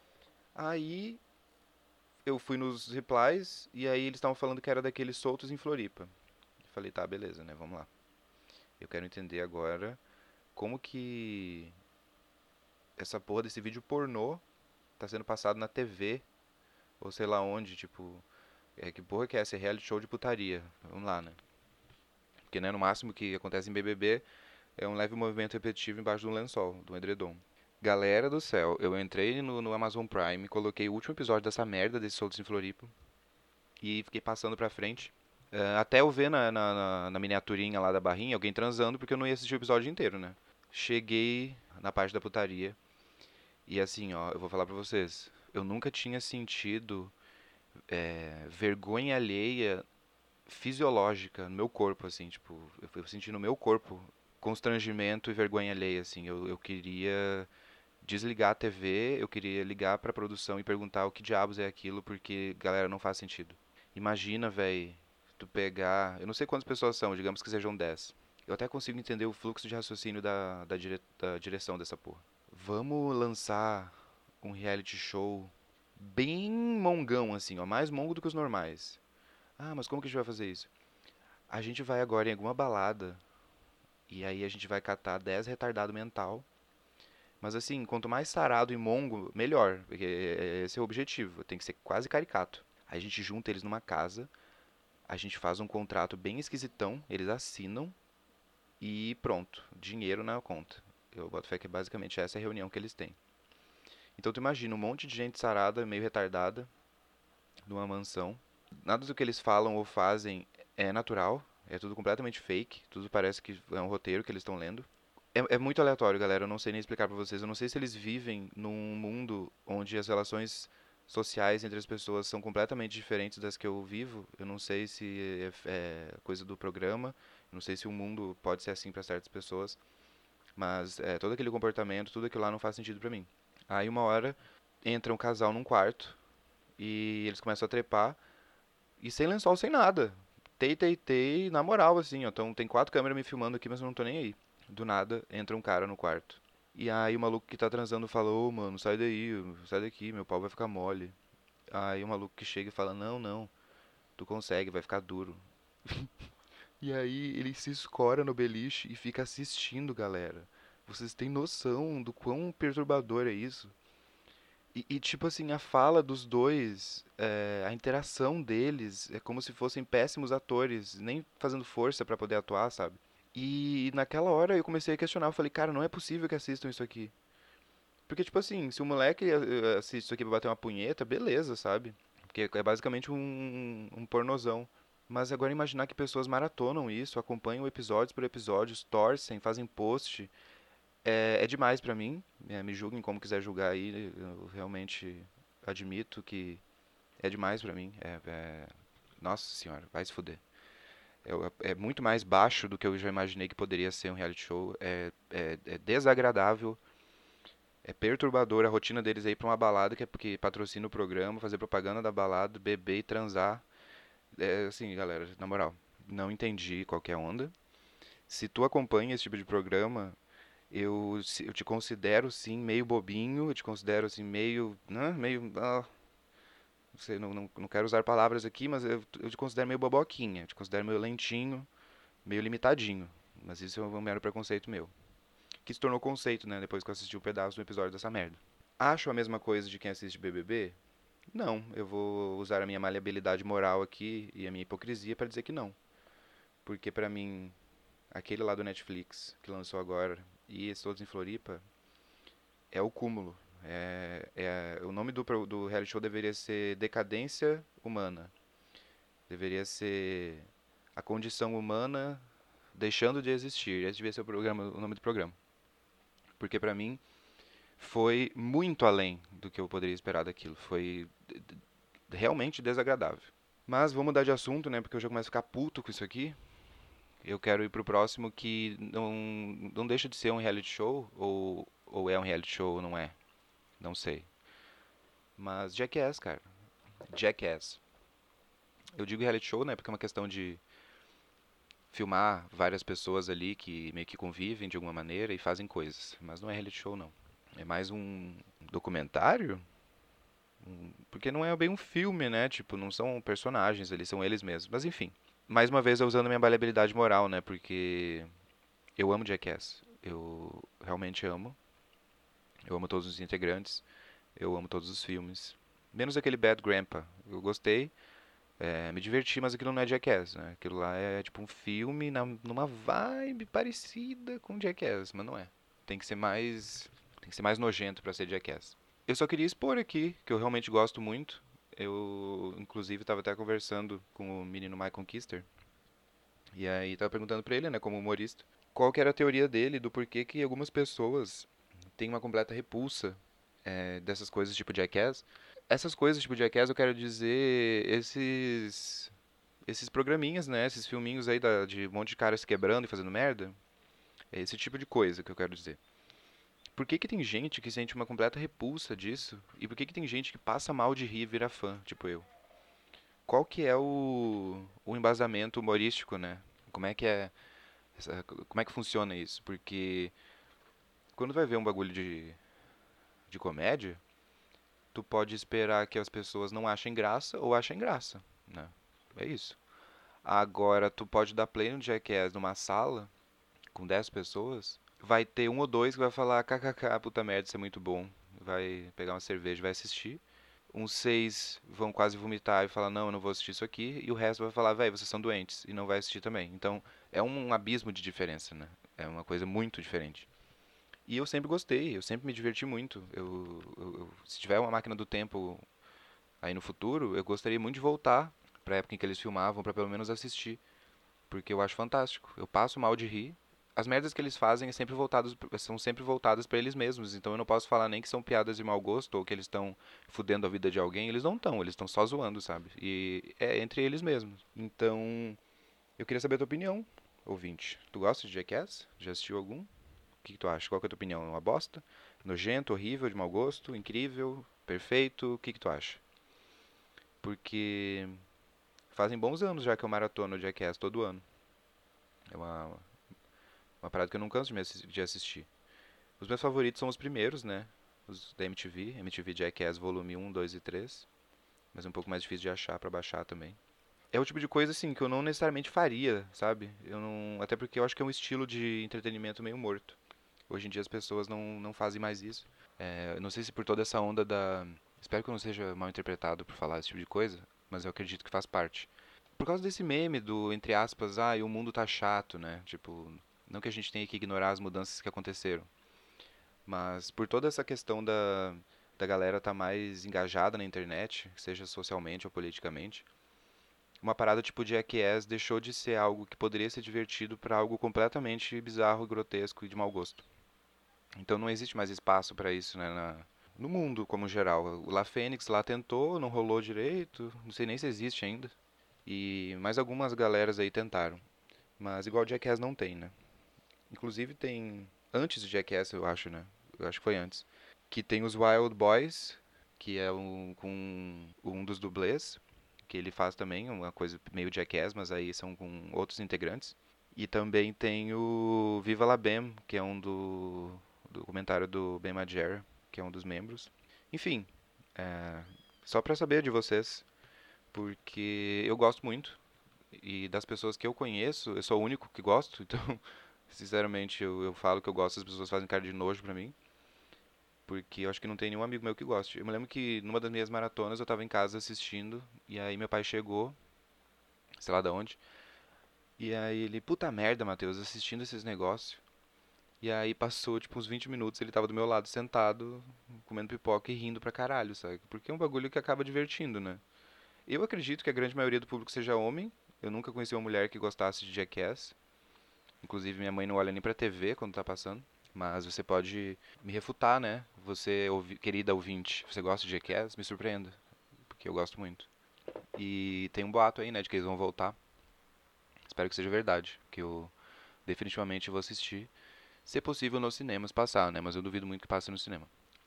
Aí eu fui nos replies e aí eles estavam falando que era daqueles soltos em Floripa. Eu falei, tá, beleza, né? Vamos lá. Eu quero entender agora como que essa porra desse vídeo pornô tá sendo passado na TV ou sei lá onde, tipo, que porra que é esse reality show de putaria? Vamos lá, né? Porque, né, no máximo que acontece em BBB é um leve movimento repetitivo embaixo do lençol, do edredom. Galera do céu, eu entrei no Amazon Prime, coloquei o último episódio dessa merda desse Soltos em Floripa e fiquei passando pra frente. Até eu ver na miniaturinha lá da barrinha alguém transando, porque eu não ia assistir o episódio inteiro, né? Cheguei na parte da putaria e assim, ó, eu vou falar pra vocês. Eu nunca tinha sentido vergonha alheia fisiológica no meu corpo, assim, tipo, eu senti no meu corpo constrangimento e vergonha alheia, assim. Eu queria desligar a TV, eu queria ligar pra produção e perguntar o que diabos é aquilo, porque, galera, não faz sentido. Imagina, véi, tu pegar. Eu não sei quantas pessoas são, digamos que sejam 10. Eu até consigo entender o fluxo de raciocínio da direção dessa porra. Vamos lançar um reality show bem mongão, assim, ó, mais mongo do que os normais. Ah, mas como que a gente vai fazer isso? A gente vai agora em alguma balada e aí a gente vai catar 10 retardado mental. Mas assim, quanto mais sarado e mongo, melhor, porque esse é o objetivo, tem que ser quase caricato. Aí a gente junta eles numa casa, a gente faz um contrato bem esquisitão, eles assinam e pronto, dinheiro na conta. Eu boto fé que basicamente essa é a reunião que eles têm. Então tu imagina um monte de gente sarada, meio retardada, numa mansão. Nada do que eles falam ou fazem é natural, é tudo completamente fake, tudo parece que é um roteiro que eles estão lendo. É muito aleatório, galera, eu não sei nem explicar pra vocês. Eu não sei se eles vivem num mundo onde as relações sociais entre as pessoas são completamente diferentes das que eu vivo. Eu não sei se é coisa do programa, eu não sei se o mundo pode ser assim pra certas pessoas, mas todo aquele comportamento, tudo aquilo lá não faz sentido pra mim. Aí uma hora entra um casal num quarto e eles começam a trepar e sem lençol, sem nada. Tei, tei, tei, na moral, assim, ó. Então tem 4 câmeras me filmando aqui, mas eu não tô nem aí. Do nada, entra um cara no quarto. E aí o maluco que tá transando fala, ô mano, sai daí, sai daqui, meu pau vai ficar mole. Aí o maluco que chega e fala, não, não, tu consegue, vai ficar duro. E aí ele se escora no beliche e fica assistindo, galera. Vocês têm noção do quão perturbador é isso? Tipo assim, a fala dos dois, a interação deles, é como se fossem péssimos atores, nem fazendo força pra poder atuar, sabe? E naquela hora eu comecei a questionar, eu falei, cara, não é possível que assistam isso aqui. Porque, tipo assim, se o moleque assiste isso aqui pra bater uma punheta, beleza, sabe? Porque é basicamente um pornozão. Mas agora imaginar que pessoas maratonam isso, acompanham episódios por episódios, torcem, fazem post, é demais pra mim. Me julguem como quiser julgar aí, eu realmente admito que é demais pra mim. Nossa senhora, vai se fuder. É muito mais baixo do que eu já imaginei que poderia ser um reality show. É desagradável, é perturbador a rotina deles aí pra uma balada que é porque patrocina o programa, fazer propaganda da balada, beber e transar. É assim, galera, na moral, não entendi qual que é a onda. Se tu acompanha esse tipo de programa, eu te considero sim meio bobinho, eu te considero assim meio, né, meio, não sei, não quero usar palavras aqui, mas eu te considero meio boboquinha, eu te considero meio lentinho, meio limitadinho. Mas isso é um mero preconceito meu. Que se tornou conceito, né, depois que eu assisti um pedaço do episódio dessa merda. Acho a mesma coisa de quem assiste BBB? Não, eu vou usar a minha maleabilidade moral aqui e a minha hipocrisia para dizer que não. Porque pra mim, aquele lá do Netflix que lançou agora e esse Todos em Floripa é o cúmulo. O nome do reality show deveria ser Decadência Humana. Deveria ser a condição humana deixando de existir. Esse devia ser o nome do programa. Porque pra mim foi muito além do que eu poderia esperar daquilo. Foi realmente desagradável. Mas vamos mudar de assunto, né? Porque eu já começo a ficar puto com isso aqui. Eu quero ir pro próximo que não deixa de ser um reality show, ou é um reality show ou não é. Não sei. Mas Jackass, cara. Jackass. Eu digo reality show, né? Porque é uma questão de filmar várias pessoas ali que meio que convivem de alguma maneira e fazem coisas. Mas não é reality show, não. É mais um documentário? Porque não é bem um filme, né? Tipo, não são personagens ali, são eles mesmos. Mas enfim. Mais uma vez eu usando minha maleabilidade moral, né? Porque eu amo Jackass. Eu realmente amo. Eu amo todos os integrantes. Eu amo todos os filmes. Menos aquele Bad Grandpa. Eu gostei, me diverti, mas aquilo não é Jackass, né? Aquilo lá é tipo um filme numa vibe parecida com Jackass, mas não é. Tem que ser mais, tem que ser mais nojento pra ser Jackass. Eu só queria expor aqui que eu realmente gosto muito. Eu, inclusive, estava até conversando com o menino Michael Kister. E aí tava perguntando pra ele, né, como humorista, qual que era a teoria dele do porquê que algumas pessoas têm uma completa repulsa dessas coisas tipo Jackass. Essas coisas tipo Jackass, eu quero dizer esses programinhas, né, esses filminhos aí de um monte de caras se quebrando e fazendo merda. É esse tipo de coisa que eu quero dizer. Por que que tem gente que sente uma completa repulsa disso? E por que que tem gente que passa mal de rir e vira fã, tipo eu? Qual que é o embasamento humorístico, né? Como é que é, como é que funciona isso? Porque quando vai ver um bagulho de comédia, tu pode esperar que as pessoas não achem graça ou achem graça, né? É isso. Agora, tu pode dar play no Jackass numa sala com 10 pessoas, vai ter um ou dois que vai falar kkk, puta merda, isso é muito bom. Vai pegar uma cerveja e vai assistir. uns 6 vão quase vomitar e falar, não, eu não vou assistir isso aqui, e o resto vai falar, véi, vocês são doentes, e não vai assistir também. Então, é um abismo de diferença, né? É uma coisa muito diferente. E eu sempre gostei, eu sempre me diverti muito. Se tiver uma máquina do tempo aí no futuro, eu gostaria muito de voltar pra época em que eles filmavam, pra pelo menos assistir, porque eu acho fantástico. Eu passo mal de rir. As merdas que eles fazem são sempre voltadas pra eles mesmos, então eu não posso falar nem que são piadas de mau gosto ou que eles estão fudendo a vida de alguém, eles não estão, eles estão só zoando, sabe? E é entre eles mesmos. Então, eu queria saber a tua opinião, ouvinte. Tu gosta de Jackass? Já assistiu algum? O que tu acha? Qual que é a tua opinião? É uma bosta? Nojento, horrível, de mau gosto, incrível, perfeito? O que tu acha? Porque fazem bons anos já que eu maratono o Jackass todo ano. É uma parada que eu não canso de assistir. Os meus favoritos são os primeiros, né? Os da MTV, MTV Jackass Volume 1, 2 e 3. Mas é um pouco mais difícil de achar pra baixar também. É o tipo de coisa assim que eu não necessariamente faria, sabe? Eu não, até porque eu acho que é um estilo de entretenimento meio morto. Hoje em dia as pessoas não fazem mais isso. Eu não sei se por toda essa onda da. Espero que eu não seja mal interpretado por falar esse tipo de coisa, mas eu acredito que faz parte. Por causa desse meme do, entre aspas, o mundo tá chato, né? Tipo, não que a gente tenha que ignorar as mudanças que aconteceram, mas por toda essa questão da galera tá mais engajada na internet, seja socialmente ou politicamente, uma parada tipo Jackass deixou de ser algo que poderia ser divertido para algo completamente bizarro, grotesco e de mau gosto. Então não existe mais espaço para isso, né, no mundo como geral. O La Fênix lá tentou, não rolou direito, não sei nem se existe ainda. E mais algumas galeras aí tentaram. Mas igual Jackass não tem, né? Inclusive tem antes do Jackass, eu acho, né? Eu acho que foi antes. Que tem os Wild Boys, que é com um dos dublês, que ele faz também uma coisa meio Jackass, mas aí são com outros integrantes. E também tem o Viva La Bam, que é um do documentário do Ben Margera, que é um dos membros. Enfim, é, só pra saber de vocês, porque eu gosto muito e das pessoas que eu conheço, eu sou o único que gosto, então, sinceramente, eu falo que eu gosto, as pessoas fazem cara de nojo pra mim, porque eu acho que não tem nenhum amigo meu que goste. Eu me lembro que numa das minhas maratonas eu tava em casa assistindo, e aí meu pai chegou, sei lá de onde, e aí ele, puta merda, Matheus, assistindo esses negócios. E aí passou, tipo, uns 20 minutos, ele tava do meu lado sentado, comendo pipoca e rindo pra caralho, sabe? Porque é um bagulho que acaba divertindo, né? Eu acredito que a grande maioria do público seja homem. Eu nunca conheci uma mulher que gostasse de Jackass. Inclusive, minha mãe não olha nem pra TV quando tá passando. Mas você pode me refutar, né? Você, querida ouvinte, você gosta de Jackass? Me surpreenda, porque eu gosto muito. E tem um boato aí, né, de que eles vão voltar. Espero que seja verdade, que eu definitivamente vou assistir. Se possível, nos cinemas passar, né? Mas eu duvido muito que passe no cinema.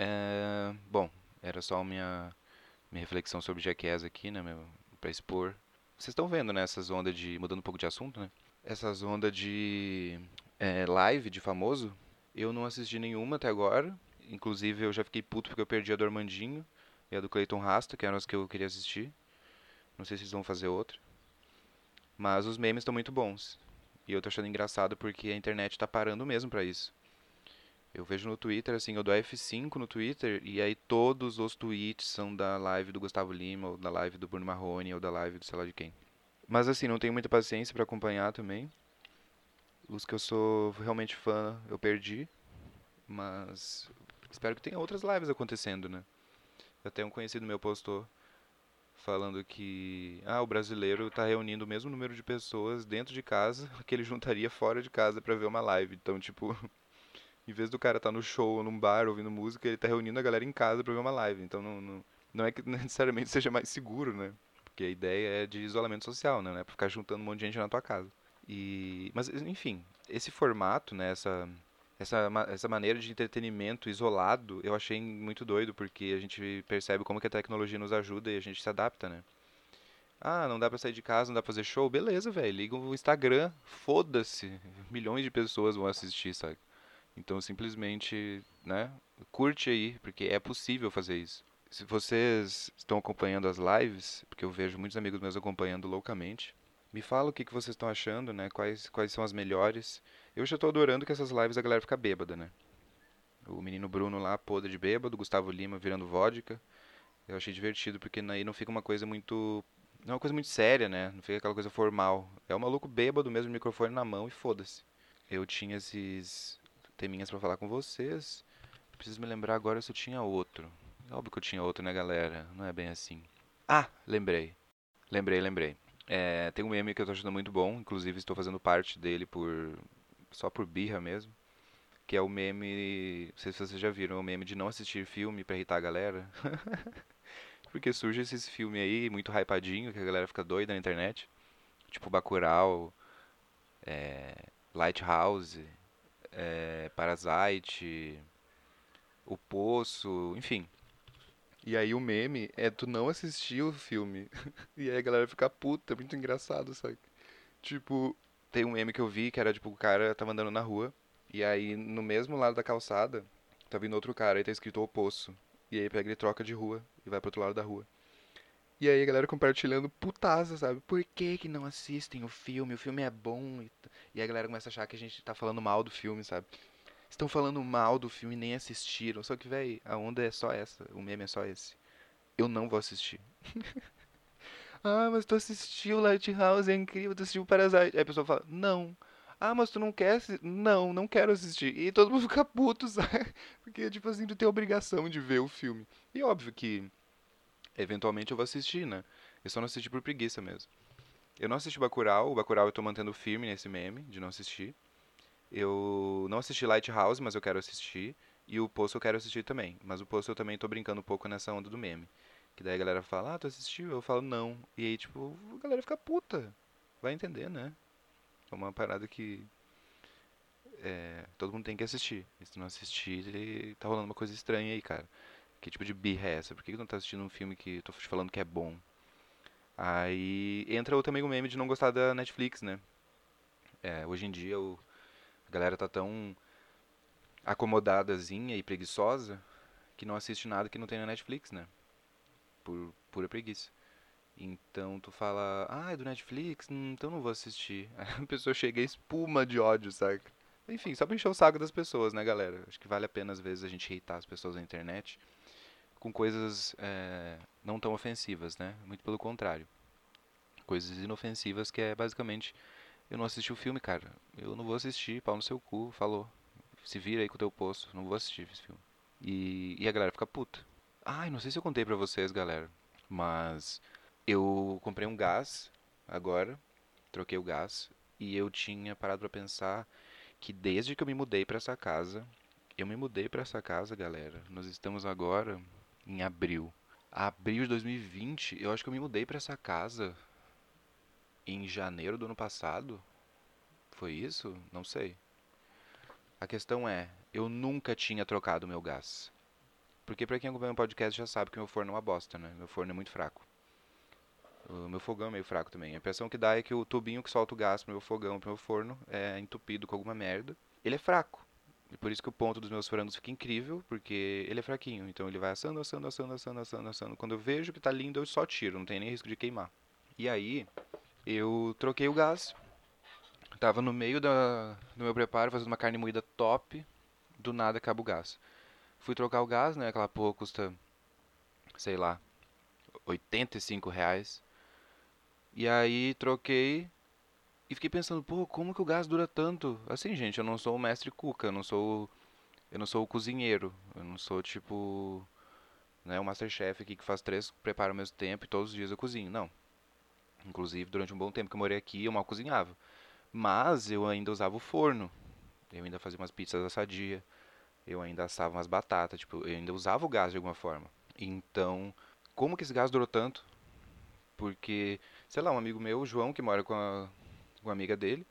Bom, era só minha reflexão sobre Jackass aqui, né, pra expor. Vocês estão vendo, né, essas ondas de... Mudando um pouco de assunto, né? Essas ondas de live de famoso. Eu não assisti nenhuma até agora. Inclusive, eu já fiquei puto porque eu perdi a do Armandinho e a do Clayton Rasta, que eram as que eu queria assistir. Não sei se eles vão fazer outra. Mas os memes estão muito bons. E eu tô achando engraçado porque a internet tá parando mesmo pra isso. Eu vejo no Twitter, assim, eu dou F5 no Twitter e aí todos os tweets são da live do Gustavo Lima, ou da live do Bruno Marrone, ou da live do sei lá de quem. Mas assim, não tenho muita paciência pra acompanhar também. Os que eu sou realmente fã, eu perdi, mas espero que tenha outras lives acontecendo, né? Até um conhecido meu postou falando que o brasileiro tá reunindo o mesmo número de pessoas dentro de casa que ele juntaria fora de casa pra ver uma live. Então, tipo, em vez do cara estar no show ou num bar ouvindo música, ele tá reunindo a galera em casa pra ver uma live. Então não é que necessariamente seja mais seguro, né? Porque a ideia é de isolamento social, né? Não é pra ficar juntando um monte de gente na tua casa. Mas, enfim, esse formato, né? Essa maneira de entretenimento isolado, eu achei muito doido, porque a gente percebe como que a tecnologia nos ajuda e a gente se adapta, né? Ah, não dá pra sair de casa, não dá pra fazer show? Beleza, velho. Liga o Instagram, foda-se. Milhões de pessoas vão assistir, sabe? Então simplesmente, né, curte aí, porque é possível fazer isso. Se vocês estão acompanhando as lives, porque eu vejo muitos amigos meus acompanhando loucamente, me fala o que vocês estão achando, né? Quais são as melhores. Eu já tô adorando que essas lives a galera fica bêbada, né? O menino Bruno lá, podre de bêbado, Gustavo Lima virando vodka, Eu achei divertido, porque aí não fica uma coisa muito. Não é uma coisa muito séria, né? Não fica aquela coisa formal. É o maluco bêbado mesmo, microfone na mão e foda-se. Eu tinha esses teminhas pra falar com vocês. Preciso me lembrar agora se eu tinha outro. É óbvio que eu tinha outro, né, galera? Não é bem assim. Ah, lembrei. Lembrei. É, tem um meme que eu tô achando muito bom, inclusive estou fazendo parte dele só por birra mesmo, que é o meme, não sei se vocês já viram, é o meme de não assistir filme pra irritar a galera, porque surge esses filmes aí muito hypadinho, que a galera fica doida na internet, tipo Bacurau, Lighthouse, Parasite, O Poço, enfim. E aí o meme é tu não assistir o filme. E aí a galera fica puta, é muito engraçado, sabe? Tipo, tem um meme que eu vi que era tipo, o cara tava andando na rua, e aí no mesmo lado da calçada, tá vindo outro cara, e tá escrito O Poço. E aí pega e troca de rua e vai pro outro lado da rua. E aí a galera compartilhando putaça, sabe? Por que que não assistem o filme? O filme é bom. E a galera começa a achar que a gente tá falando mal do filme, sabe? Estão falando mal do filme e nem assistiram. Só que, véi, a onda é só essa. O meme é só esse. Eu não vou assistir. Ah, mas tu assistiu Lighthouse, é incrível, tu assistiu Parasite. Aí a pessoa fala, não. Ah, mas tu não quer assistir? Não, não quero assistir. E todo mundo fica puto, sabe? Porque, tipo assim, tu tem a obrigação de ver o filme. E óbvio que, eventualmente, eu vou assistir, né? Eu só não assisti por preguiça mesmo. Eu não assisti Bacurau, o Bacurau eu tô mantendo firme nesse meme de não assistir. Eu não assisti Lighthouse, mas eu quero assistir. E o Poço eu quero assistir também. Mas o Poço eu também tô brincando um pouco nessa onda do meme. Que daí a galera fala, ah, tu assistiu? Eu falo, não. E aí, tipo, a galera fica puta. Vai entender, né? É uma parada que todo mundo tem que assistir. E se tu não assistir, tá rolando uma coisa estranha aí, cara. Que tipo de birra é essa? Por que que tu não tá assistindo um filme que tô te falando que é bom? Aí entra também o meme de não gostar da Netflix, né? Hoje em dia a galera tá tão acomodadazinha e preguiçosa que não assiste nada que não tem na Netflix, né? Por pura preguiça. Então tu fala, ah, é do Netflix? Então não vou assistir. Aí a pessoa chega e espuma de ódio, saca? Enfim, só pra encher o saco das pessoas, né, galera? Acho que vale a pena às vezes a gente hatear as pessoas na internet com coisas não tão ofensivas, né? Muito pelo contrário. Coisas inofensivas que é basicamente, eu não assisti o filme, cara. Eu não vou assistir, pau no seu cu, falou. Se vira aí com o teu poço, não vou assistir esse filme. E a galera fica puta. Ai, não sei se eu contei pra vocês, galera, mas eu comprei um gás agora, troquei o gás, e eu tinha parado pra pensar que desde que eu me mudei pra essa casa, eu me mudei pra essa casa, galera. Nós estamos agora em abril. Abril de 2020, eu acho que eu me mudei pra essa casa em janeiro do ano passado. Foi isso? Não sei. A questão é, eu nunca tinha trocado meu gás. Porque pra quem acompanha o podcast já sabe que meu forno é uma bosta, né? Meu forno é muito fraco. O meu fogão é meio fraco também. A impressão que dá é que o tubinho que solta o gás pro meu fogão, pro meu forno, é entupido com alguma merda. Ele é fraco. E por isso que o ponto dos meus frangos fica incrível, porque ele é fraquinho. Então ele vai assando, assando, assando, assando, assando, assando. Quando eu vejo que tá lindo, eu só tiro, não tem nem risco de queimar. E aí, eu troquei o gás. Tava no meio do meu preparo, fazendo uma carne moída top. Do nada acaba o gás. Fui trocar o gás, né? Aquela porra custa, sei lá, R$ 85. E aí troquei e fiquei pensando, pô, como que o gás dura tanto? Assim, gente, eu não sou o mestre cuca, eu não sou o cozinheiro, eu não sou tipo, né, o Masterchef aqui que faz três preparos ao mesmo tempo e todos os dias eu cozinho. Não. Inclusive, durante um bom tempo que eu morei aqui, eu mal cozinhava. Mas eu ainda usava o forno. Eu ainda fazia umas pizzas assadia, eu ainda assava umas batatas, tipo, eu ainda usava o gás de alguma forma. Então, como que esse gás durou tanto? Porque, sei lá, um amigo meu, o João, que mora com a amiga dele,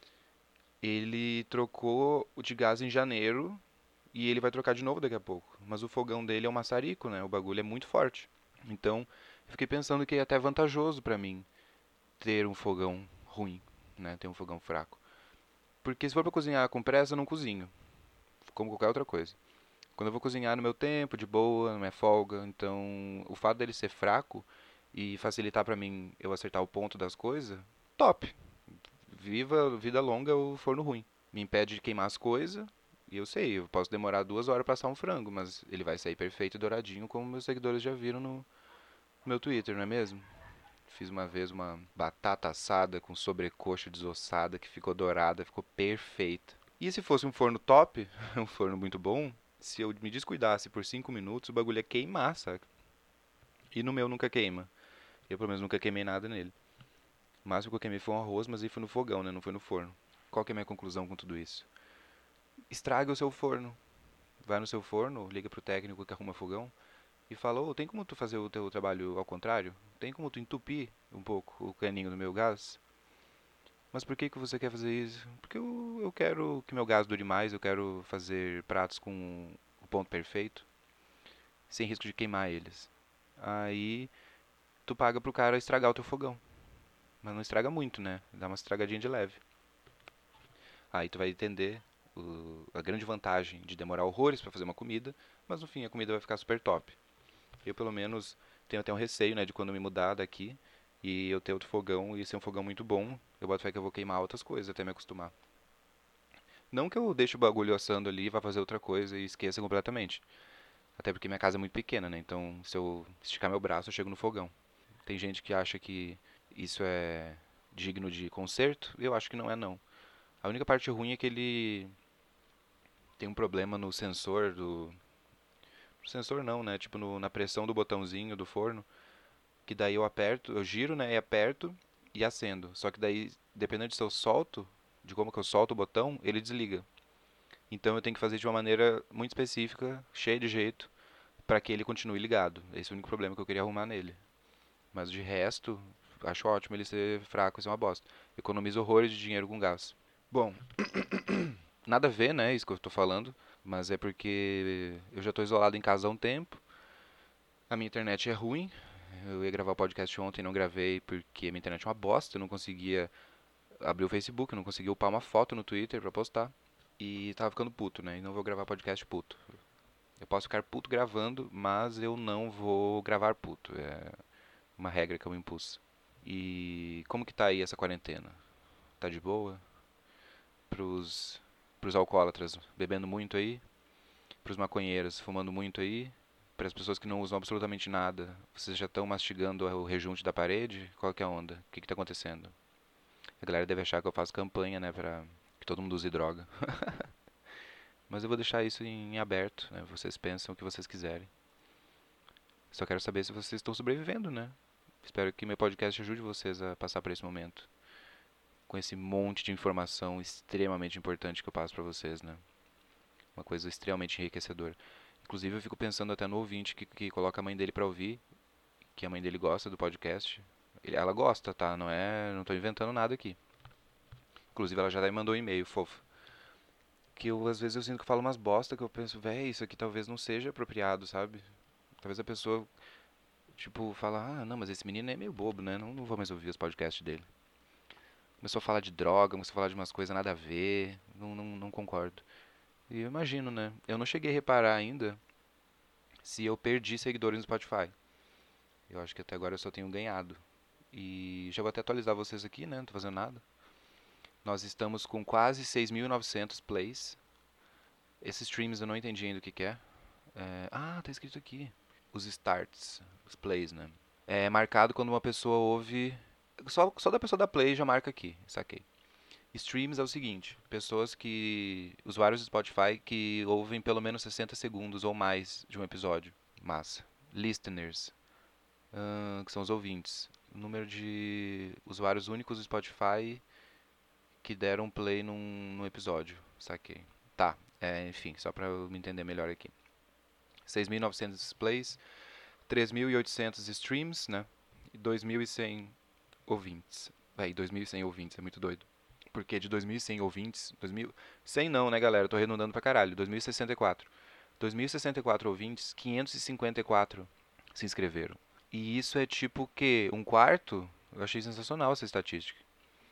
ele trocou o de gás em janeiro e ele vai trocar de novo daqui a pouco. Mas o fogão dele é um maçarico, né? O bagulho é muito forte. Então, eu fiquei pensando que é até vantajoso pra mim ter um fogão ruim, né? Ter um fogão fraco. Porque se for pra cozinhar com pressa, eu não cozinho, como qualquer outra coisa. Quando eu vou cozinhar no meu tempo, de boa, não é folga, então o fato dele ser fraco e facilitar pra mim eu acertar o ponto das coisas, top. Viva vida longa o forno ruim. Me impede de queimar as coisas E eu sei, eu posso demorar 2 horas pra assar um frango, mas ele vai sair perfeito e douradinho, como meus seguidores já viram no meu Twitter, não é mesmo? Fiz uma vez uma batata assada com sobrecoxa desossada que ficou dourada, ficou perfeita. E se fosse um forno top, um forno muito bom, se eu me descuidasse por 5 minutos, o bagulho ia queimar, saca? E no meu nunca queima. Eu pelo menos nunca queimei nada nele. O máximo que eu queimei foi um arroz, mas aí foi no fogão, né? Não foi no forno. Qual que é a minha conclusão com tudo isso? Estraga o seu forno. Vai no seu forno, liga pro técnico que arruma fogão e fala: Ô, tem como tu fazer o teu trabalho ao contrário? Tem como tu entupir um pouco o caninho do meu gás? Mas por que que você quer fazer isso? Porque eu quero que meu gás dure mais, eu quero fazer pratos com o ponto perfeito, sem risco de queimar eles. Aí tu paga pro cara estragar o teu fogão. Mas não estraga muito, né? Dá uma estragadinha de leve. Aí tu vai entender a grande vantagem de demorar horrores para fazer uma comida, mas no fim a comida vai ficar super top. Eu pelo menos tenho até um receio, né, de quando eu me mudar daqui e eu ter outro fogão e ser um fogão muito bom, eu boto fé que eu vou queimar outras coisas até me acostumar. Não que eu deixe o bagulho assando ali e vá fazer outra coisa e esqueça completamente. Até porque minha casa é muito pequena, né? Então, se eu esticar meu braço, eu chego no fogão. Tem gente que acha que isso é digno de conserto, eu acho que não é não. A única parte ruim é que ele tem um problema no sensor do. No sensor não, né? Tipo na pressão do botãozinho do forno. Que daí eu aperto, eu giro, né? E aperto e acendo. Só que daí, dependendo de se eu solto, de como que eu solto o botão, ele desliga. Então eu tenho que fazer de uma maneira muito específica, cheia de jeito, para que ele continue ligado. Esse é o único problema que eu queria arrumar nele. Mas de resto, acho ótimo ele ser fraco, isso é uma bosta. Economiza horrores de dinheiro com gás. Bom, nada a ver, né? Isso que eu tô falando. Mas é porque eu já tô isolado em casa há um tempo. A minha internet é ruim. Eu ia gravar o podcast ontem e não gravei porque a minha internet é uma bosta. Eu não conseguia abrir o Facebook, eu não conseguia upar uma foto no Twitter pra postar. E tava ficando puto, né? E não vou gravar podcast puto. Eu posso ficar puto gravando, mas eu não vou gravar puto. É uma regra que eu me impus. E como que tá aí essa quarentena? Tá de boa? Pros, pros alcoólatras bebendo muito aí? Pros maconheiros fumando muito aí? Para as pessoas que não usam absolutamente nada, vocês já estão mastigando o rejunte da parede? Qual que é a onda? O que está acontecendo? A galera deve achar que eu faço campanha, né, para que todo mundo use droga. Mas eu vou deixar isso em aberto, né? Vocês pensam o que vocês quiserem. Só quero saber se vocês estão sobrevivendo, né? Espero que meu podcast ajude vocês a passar por esse momento. Com esse monte de informação extremamente importante que eu passo para vocês, né? Uma coisa extremamente enriquecedora. Inclusive, eu fico pensando até no ouvinte que coloca a mãe dele para ouvir, que a mãe dele gosta do podcast. Ela gosta, tá? Não tô inventando nada aqui. Inclusive, ela já me mandou um e-mail, fofo. Que eu, às vezes, eu sinto que eu falo umas bosta que eu penso, véi, isso aqui talvez não seja apropriado, sabe? Talvez a pessoa, tipo, fala, ah, não, mas esse menino é meio bobo, né? Não vou mais ouvir os podcasts dele. Começou a falar de droga, começou a falar de umas coisas nada a ver. Não concordo. E eu imagino, né? Eu não cheguei a reparar ainda se eu perdi seguidores no Spotify. Eu acho que até agora eu só tenho ganhado. E já vou até atualizar vocês aqui, né? Não tô fazendo nada. Nós estamos com quase 6.900 plays. Esses streams eu não entendi ainda o que que é. Tá escrito aqui. Os starts, os plays, né? É marcado quando uma pessoa ouve. Só da pessoa da play já marca aqui, saquei. Streams é o seguinte: pessoas que. Usuários do Spotify que ouvem pelo menos 60 segundos ou mais de um episódio. Massa. Listeners, que são os ouvintes. O número de usuários únicos do Spotify que deram play num episódio. Saquei. Tá, enfim, só pra eu me entender melhor aqui. 6.900 plays, 3.800 streams, né? E 2.100 ouvintes. 2.100 ouvintes, é muito doido. Porque de 2.100 ouvintes, 2.000, 100 não, né, galera? Eu tô arredondando pra caralho. 2.064. 2.064 ouvintes, 554 se inscreveram. E isso é tipo o quê? Um quarto? Eu achei sensacional essa estatística.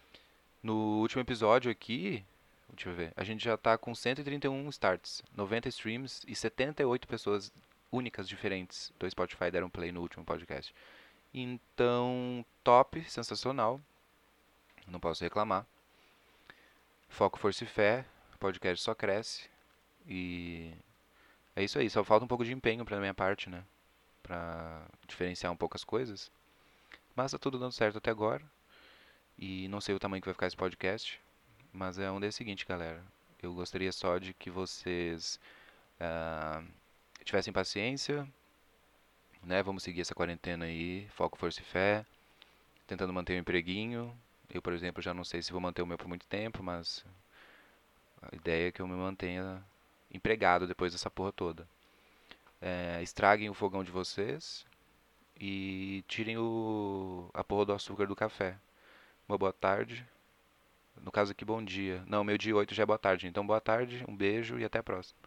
No último episódio aqui, deixa eu ver, a gente já tá com 131 starts, 90 streams e 78 pessoas únicas diferentes do Spotify deram play no último podcast. Então, top, sensacional, não posso reclamar. Foco, força e fé, o podcast só cresce. E é isso aí, só falta um pouco de empenho pra minha parte, né? Pra diferenciar um pouco as coisas. Mas tá tudo dando certo até agora. E não sei o tamanho que vai ficar esse podcast. Mas é um dia seguinte, galera. Eu gostaria só de que vocês ah, tivessem paciência, né? Vamos seguir essa quarentena aí, foco, força e fé, tentando manter o empreguinho. Eu, por exemplo, já não sei se vou manter o meu por muito tempo, mas a ideia é que eu me mantenha empregado depois dessa porra toda. Estraguem o fogão de vocês e tirem a porra do açúcar do café. Uma boa tarde. No caso aqui, bom dia. Não, meu dia 8 já é boa tarde. Então, boa tarde, um beijo e até a próxima.